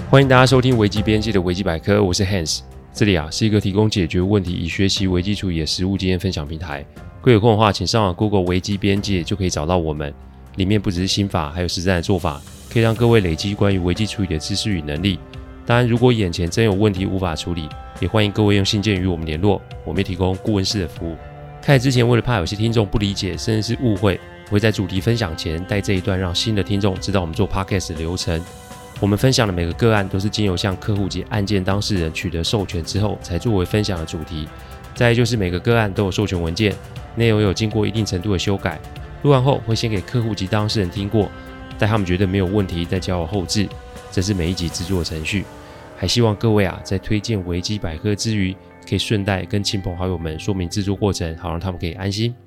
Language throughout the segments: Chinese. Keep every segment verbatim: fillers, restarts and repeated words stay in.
欢迎大家收听危机边界的危机百科，我是 Hans。这里啊是一个提供解决问题以学习危机处理的实务经验分享平台。各位有空的话，请上网 Google 危机边界就可以找到我们。里面不只是心法，还有实战的做法，可以让各位累积关于危机处理的知识与能力。当然，如果眼前真有问题无法处理，也欢迎各位用信件与我们联络，我们也提供顾问式的服务。开始之前，为了怕有些听众不理解甚至是误会，我会在主题分享前带这一段，让新的听众知道我们做 Podcast 的流程。我们分享的每个个案都是经由向客户及案件当事人取得授权之后，才作为分享的主题。再来就是每个个案都有授权文件，内容有经过一定程度的修改。录完后会先给客户及当事人听过，待他们觉得没有问题，再交由后制。这是每一集制作的程序。还希望各位啊，在推荐危机百科之余，可以顺带跟亲朋好友们说明制作过程，好让他们可以安心。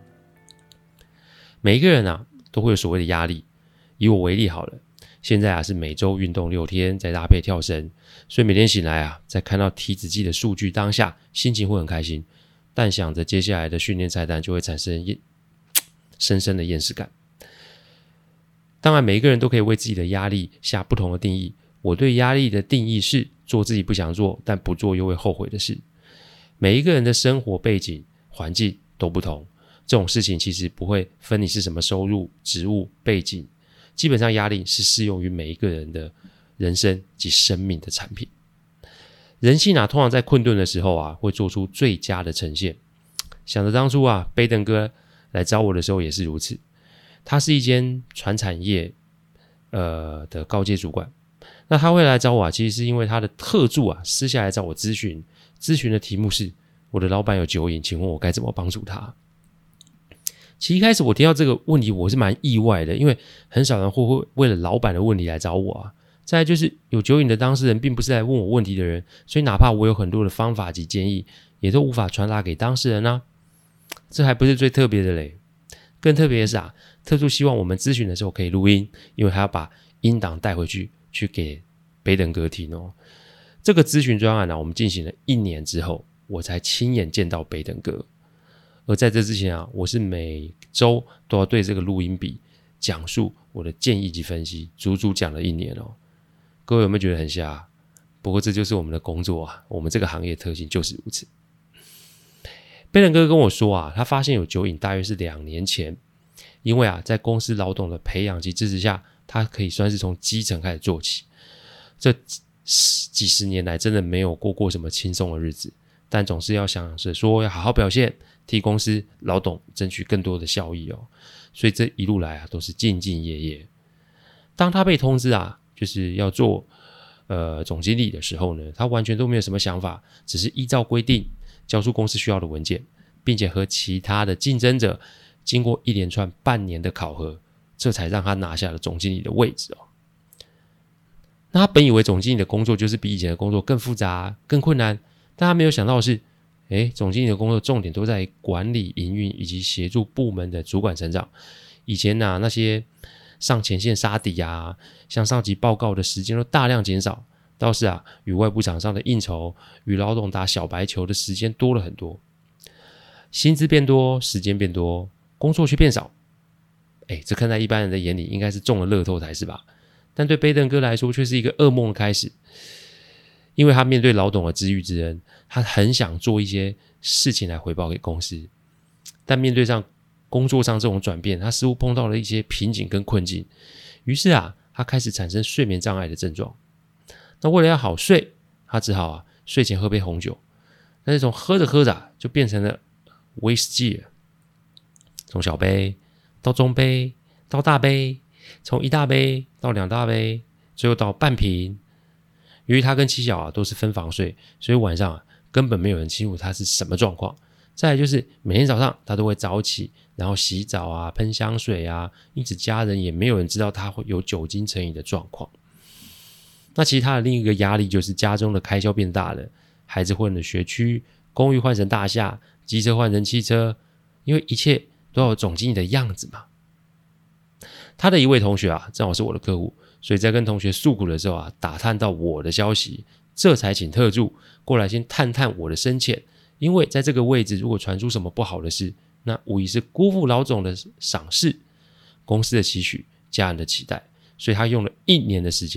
每一个人啊，都会有所谓的压力。以我为例好了。现在啊是每周运动六天，再搭配跳绳，所以每天醒来啊，在看到体脂计的数据当下，心情会很开心，但想着接下来的训练菜单就会产生深深的厌世感。当然，每一个人都可以为自己的压力下不同的定义。我对压力的定义是做自己不想做，但不做又会后悔的事。每一个人的生活背景、环境都不同，这种事情其实不会分你是什么收入、职务、背景。基本上压力是适用于每一个人的人生及生命的产品。人性啊，通常在困顿的时候啊，会做出最佳的呈现。想着当初啊，贝登哥来找我的时候也是如此。他是一间传产业呃的高阶主管。那他会来找我啊，其实是因为他的特助啊，私下来找我咨询，咨询的题目是：我的老板有酒瘾，请问我该怎么帮助他？其实一开始我听到这个问题，我是蛮意外的，因为很少人会会为了老板的问题来找我啊。再来就是有酒瘾的当事人并不是来问我问题的人，所以哪怕我有很多的方法及建议，也都无法传达给当事人啊。这还不是最特别的嘞，更特别的是啊，特助希望我们咨询的时候可以录音，因为他要把音档带回去去给北等哥听哦。这个咨询专案啊，我们进行了一年之后，我才亲眼见到北等哥。而在这之前啊，我是每周都要对这个录音笔讲述我的建议及分析，足足讲了一年哦。各位有没有觉得很瞎？不过这就是我们的工作啊，我们这个行业特性就是如此。贝伦哥跟我说啊，他发现有酒瘾大约是两年前，因为啊，在公司老董的培养及支持下，他可以算是从基层开始做起。这几十年来真的没有过过什么轻松的日子，但总是要想着说要好好表现，替公司老董争取更多的效益哦，所以这一路来啊都是兢兢业业。当他被通知啊，就是要做呃总经理的时候呢，他完全都没有什么想法，只是依照规定交出公司需要的文件，并且和其他的竞争者经过一连串半年的考核，这才让他拿下了总经理的位置哦。那他本以为总经理的工作就是比以前的工作更复杂、更困难，但他没有想到的是。诶，总经理的工作重点都在管理、营运以及协助部门的主管成长。以前啊，那些上前线杀敌啊，向上级报告的时间都大量减少，倒是啊，与外部厂商的应酬、与老董打小白球的时间多了很多。薪资变多，时间变多，工作却变少。诶，这看在一般人的眼里，应该是中了乐透才是吧？但对贝登哥来说，却是一个噩梦的开始。因为他面对老董的知遇之恩，他很想做一些事情来回报给公司，但面对上工作上这种转变，他似乎碰到了一些瓶颈跟困境，于是啊，他开始产生睡眠障碍的症状。那为了要好睡，他只好啊睡前喝杯红酒，但是从喝着喝着、啊、就变成了威士忌了，从小杯到中杯到大杯，从一大杯到两大杯，最后到半瓶。由于他跟七小啊都是分房睡，所以晚上啊根本没有人清楚他是什么状况。再来就是每天早上他都会早起，然后洗澡啊、喷香水啊，因此家人也没有人知道他会有酒精成瘾的状况。那其实他的另一个压力就是家中的开销变大了，孩子换了学区，公寓换成大厦，机车换成汽车，因为一切都要有总经理的样子嘛。他的一位同学啊，正好是我的客户，所以在跟同学诉苦的时候啊，打探到我的消息，这才请特助过来先探探我的深浅。因为在这个位置，如果传出什么不好的事，那无疑是辜负老总的赏识、公司的期许、家人的期待，所以他用了一年的时间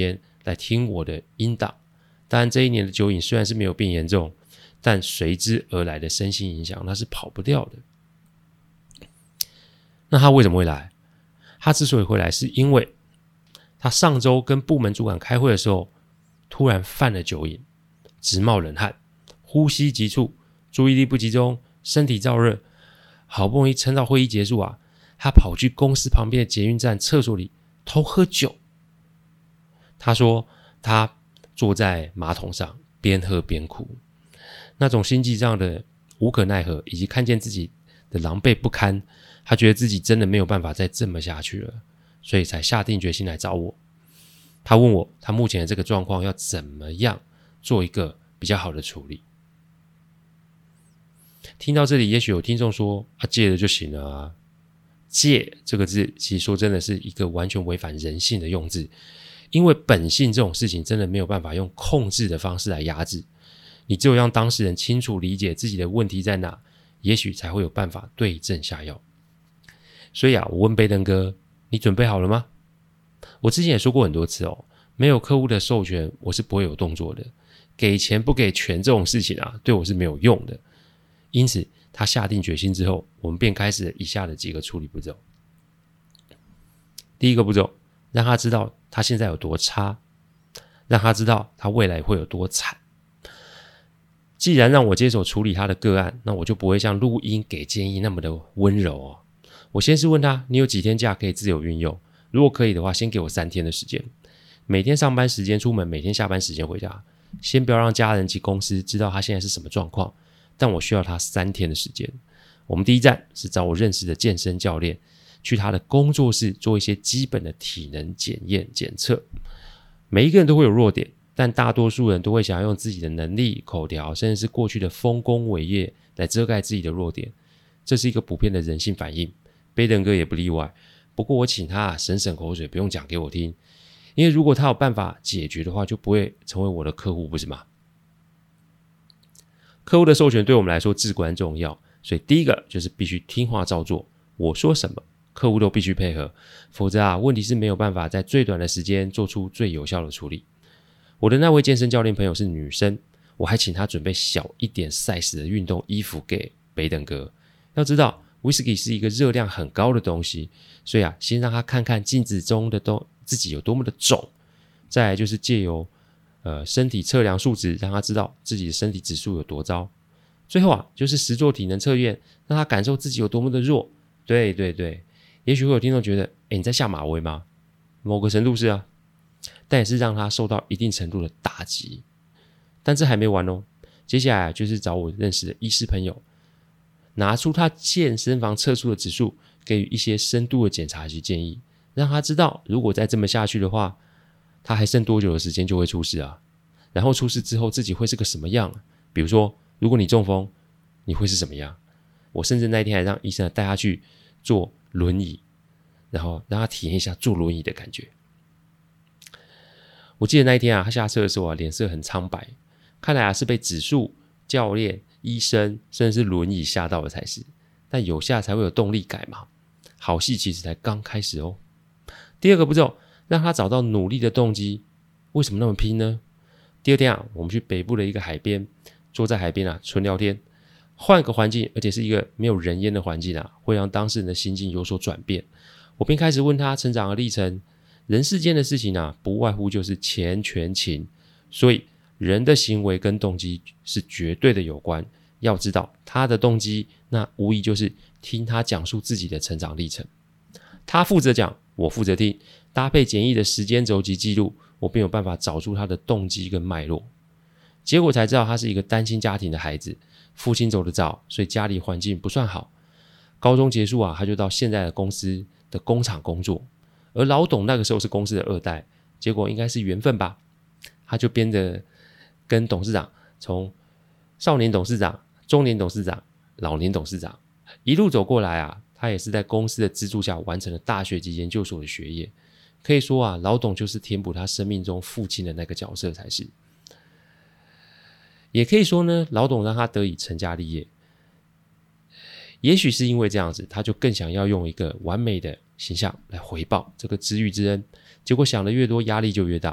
来听我的音档。当然这一年的酒瘾虽然是没有变严重，但随之而来的身心影响那是跑不掉的。那他为什么会来？他之所以会来是因为他上周跟部门主管开会的时候突然犯了酒瘾，直冒冷汗，呼吸急促，注意力不集中，身体燥热，好不容易撑到会议结束啊，他跑去公司旁边的捷运站厕所里偷喝酒。他说他坐在马桶上边喝边哭，那种心悸上的无可奈何以及看见自己的狼狈不堪，他觉得自己真的没有办法再这么下去了，所以才下定决心来找我。他问我他目前的这个状况要怎么样做一个比较好的处理。听到这里，也许有听众说啊，戒了就行了啊。戒这个字其实说真的是一个完全违反人性的用字，因为本性这种事情真的没有办法用控制的方式来压制，你只有让当事人清楚理解自己的问题在哪，也许才会有办法对症下药。所以啊，我问贝登哥，你准备好了吗？我之前也说过很多次哦，没有客户的授权我是不会有动作的，给钱不给权这种事情啊，对我是没有用的。因此他下定决心之后，我们便开始了以下的几个处理步骤。第一个步骤，让他知道他现在有多差，让他知道他未来会有多惨。既然让我接手处理他的个案，那我就不会像录音给建议那么的温柔哦。我先是问他，你有几天假可以自由运用？如果可以的话，先给我三天的时间，每天上班时间出门，每天下班时间回家，先不要让家人及公司知道他现在是什么状况，但我需要他三天的时间。我们第一站是找我认识的健身教练，去他的工作室做一些基本的体能检验检测。每一个人都会有弱点，但大多数人都会想要用自己的能力、口条，甚至是过去的丰功伟业来遮盖自己的弱点，这是一个普遍的人性反应，贝登哥也不例外。不过我请他、啊、省省口水，不用讲给我听，因为如果他有办法解决的话，就不会成为我的客户，不是吗？客户的授权对我们来说至关重要，所以第一个就是必须听话照做，我说什么客户都必须配合，否则啊，问题是没有办法在最短的时间做出最有效的处理。我的那位健身教练朋友是女生，我还请她准备小一点 size 的运动衣服给北等哥。要知道 whisky 是一个热量很高的东西，所以啊，先让他看看镜子中的都自己有多么的肿，再来就是借由呃身体测量数值，让他知道自己的身体指数有多糟。最后啊，就是实做体能测验，让他感受自己有多么的弱。对对对，也许会有听众觉得，诶，你在下马威吗？某个程度是啊，但也是让他受到一定程度的打击。但这还没完哦，接下来就是找我认识的医师朋友，拿出他健身房测出的指数，给予一些深度的检查及建议，让他知道如果再这么下去的话，他还剩多久的时间就会出事啊，然后出事之后自己会是个什么样。比如说如果你中风，你会是什么样。我甚至那一天还让医生带他去坐轮椅，然后让他体验一下坐轮椅的感觉。我记得那一天啊，他下车的时候啊，脸色很苍白，看来啊是被指数、教练、医生甚至是轮椅吓到了才是。但有下才会有动力改嘛，好戏其实才刚开始哦。第二个步骤，让他找到努力的动机，为什么那么拼呢？第二天啊，我们去北部的一个海边，坐在海边啊纯聊天，换个环境，而且是一个没有人烟的环境啊，会让当事人的心境有所转变。我便开始问他成长的历程。人世间的事情啊，不外乎就是钱、权、情，所以人的行为跟动机是绝对的有关。要知道他的动机，那无疑就是听他讲述自己的成长历程。他负责讲，我负责听，搭配简易的时间轴及记录，我便有办法找出他的动机跟脉络。结果才知道他是一个单亲家庭的孩子，父亲走得早，所以家里环境不算好。高中结束啊，他就到现在的公司的工厂工作。而老董那个时候是公司的二代，结果应该是缘分吧，他就变得跟董事长从少年董事长、中年董事长、老年董事长一路走过来啊，他也是在公司的资助下完成了大学及研究所的学业。可以说啊，老董就是填补他生命中父亲的那个角色才是。也可以说呢，老董让他得以成家立业。也许是因为这样子，他就更想要用一个完美的形象来回报这个知遇之恩，结果想的越多，压力就越大。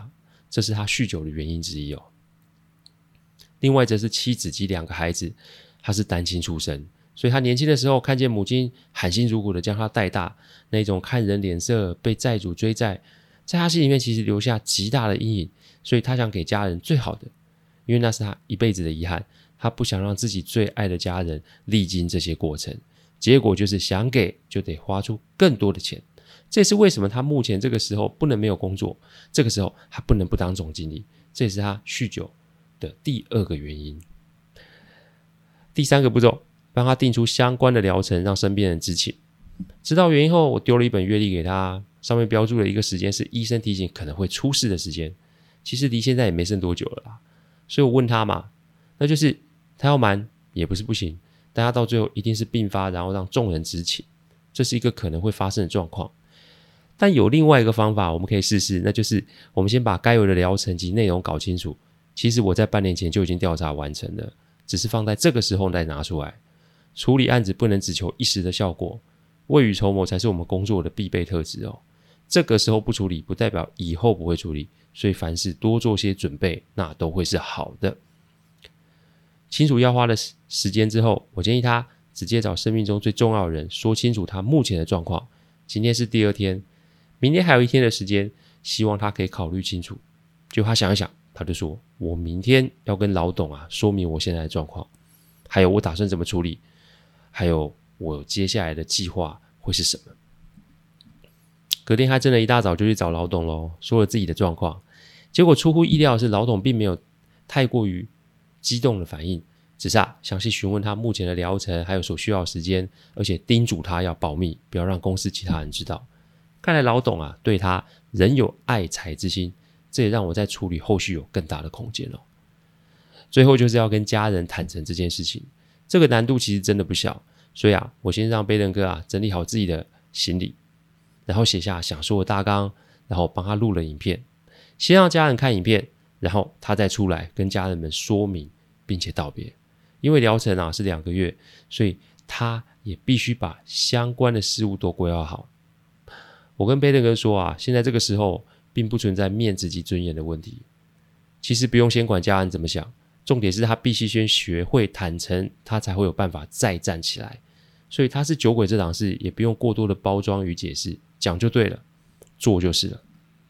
这是他酗酒的原因之一哦。另外则是妻子及两个孩子，他是单亲出身，所以他年轻的时候看见母亲含辛茹苦的将他带大，那种看人脸色被债主追债，在他心里面其实留下极大的阴影，所以他想给家人最好的，因为那是他一辈子的遗憾，他不想让自己最爱的家人历经这些过程，结果就是想给就得花出更多的钱。这也是为什么他目前这个时候不能没有工作，这个时候他不能不当总经理，这也是他酗酒的第二个原因。第三个步骤，帮他定出相关的疗程，让身边人知情。知道原因后，我丢了一本阅历给他，上面标注了一个时间是医生提醒可能会出事的时间，其实离现在也没剩多久了啦。所以我问他嘛，那就是他要瞒也不是不行，但他到最后一定是并发，然后让众人知情，这是一个可能会发生的状况。但有另外一个方法我们可以试试，那就是我们先把该有的疗程及内容搞清楚。其实我在半年前就已经调查完成了，只是放在这个时候再拿出来。处理案子不能只求一时的效果，未雨绸缪才是我们工作的必备特质哦。这个时候不处理，不代表以后不会处理，所以凡事多做些准备，那都会是好的。清楚要花的时间之后，我建议他直接找生命中最重要的人说清楚他目前的状况。今天是第二天，明天还有一天的时间，希望他可以考虑清楚。就他想一想，他就说，我明天要跟老董啊说明我现在的状况，还有我打算怎么处理，还有我接下来的计划会是什么。隔天他真的一大早就去找老董咯，说了自己的状况。结果出乎意料的是，老董并没有太过于激动的反应，只是啊详细询问他目前的疗程还有所需要的时间，而且叮嘱他要保密，不要让公司其他人知道。看来老董啊对他仍有爱才之心，这也让我在处理后续有更大的空间哦。最后就是要跟家人坦诚这件事情，这个难度其实真的不小，所以啊我先让贝登哥啊整理好自己的行李，然后写下想说的大纲，然后帮他录了影片，先让家人看影片，然后他再出来跟家人们说明并且道别。因为疗程啊是两个月，所以他也必须把相关的事物都规划好。我跟贝登哥说啊，现在这个时候并不存在面子及尊严的问题，其实不用先管家人怎么想，重点是他必须先学会坦诚，他才会有办法再站起来。所以他是酒鬼这档事也不用过多的包装与解释，讲就对了，做就是了。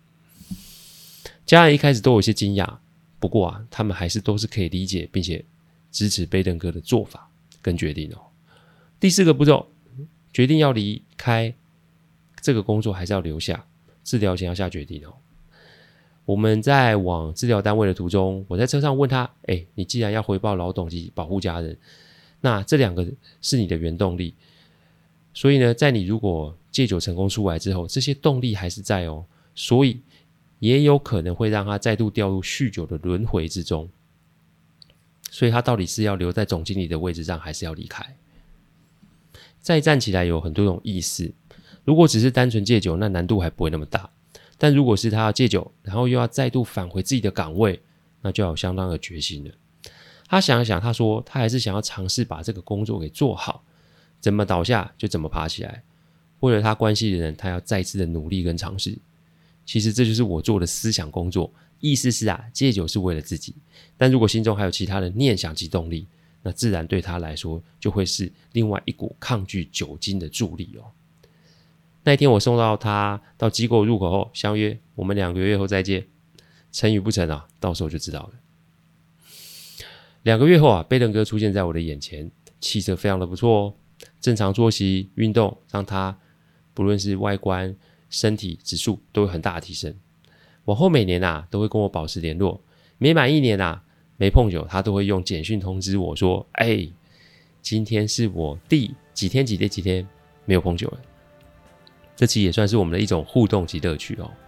家人一开始都有些惊讶，不过啊他们还是都是可以理解并且支持贝登哥的做法跟决定哦。第四个步骤，决定要离开这个工作还是要留下，治疗前要下决定哦。我们在往治疗单位的途中，我在车上问他，诶，你既然要回报老董及保护家人，那这两个是你的原动力，所以呢在你如果戒酒成功出来之后，这些动力还是在哦，所以也有可能会让他再度掉入酗酒的轮回之中。所以他到底是要留在总经理的位置上，还是要离开？再站起来有很多种意思，如果只是单纯戒酒，那难度还不会那么大，但如果是他要戒酒，然后又要再度返回自己的岗位，那就要有相当的决心了。他想一想，他说他还是想要尝试把这个工作给做好，怎么倒下就怎么爬起来，为了他关系的人，他要再次的努力跟尝试。其实这就是我做的思想工作，意思是啊，戒酒是为了自己，但如果心中还有其他的念想及动力，那自然对他来说就会是另外一股抗拒酒精的助力哦。那一天我送到他到机构入口后，相约我们两个月后再见，成与不成啊，到时候就知道了。两个月后啊，贝登哥出现在我的眼前，气色非常的不错哦，正常作息运动让他不论是外观身体指数都有很大的提升。往后每年啊都会跟我保持联络，每满一年啊没碰酒，他都会用简讯通知我说，哎，今天是我第几天几天几天没有碰酒了。这期也算是我们的一种互动及乐趣哦。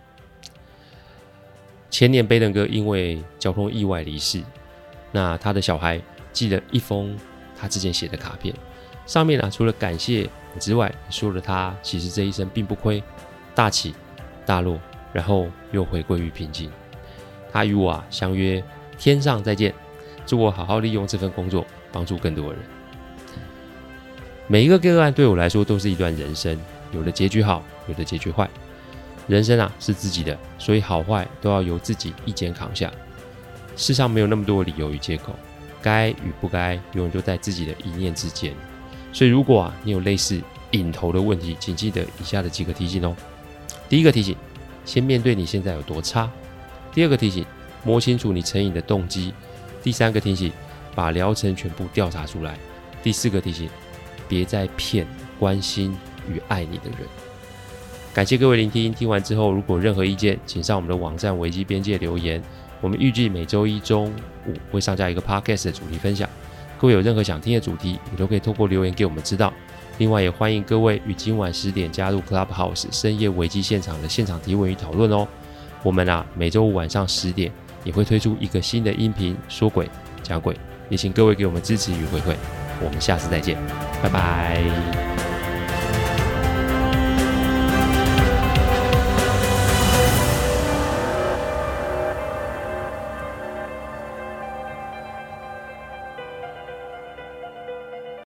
前年贝登哥因为交通意外离世，那他的小孩寄了一封他之前写的卡片，上面啊除了感谢之外，说了他其实这一生并不亏，大起大落，然后又回归于平静。他与我啊相约天上再见，祝我好好利用这份工作，帮助更多人。每一个个案对我来说都是一段人生，有的结局好，有的结局坏。 人生啊是自己的，所以好坏都要由自己一肩扛下。世上没有那么多的理由与借口，该与不该永远都在自己的一念之间。所以如果啊你有类似瘾头的问题，请记得以下的几个提醒哦。第一个提醒，先面对你现在有多差。第二个提醒，摸清楚你成瘾的动机。第三个提醒，把疗程全部调查出来。第四个提醒，别再骗关心与爱你的人。感谢各位聆听，听完之后如果有任何意见，请上我们的网站危机边界留言。我们预计每周一中午会上架一个 podcast 的主题分享，各位有任何想听的主题，也都可以透过留言给我们知道。另外也欢迎各位于今晚十点加入 Clubhouse 深夜危机现场的现场提问与讨论哦。我们啊每周五晚上十点也会推出一个新的音频，说鬼讲鬼，也请各位给我们支持与回馈。我们下次再见，拜拜。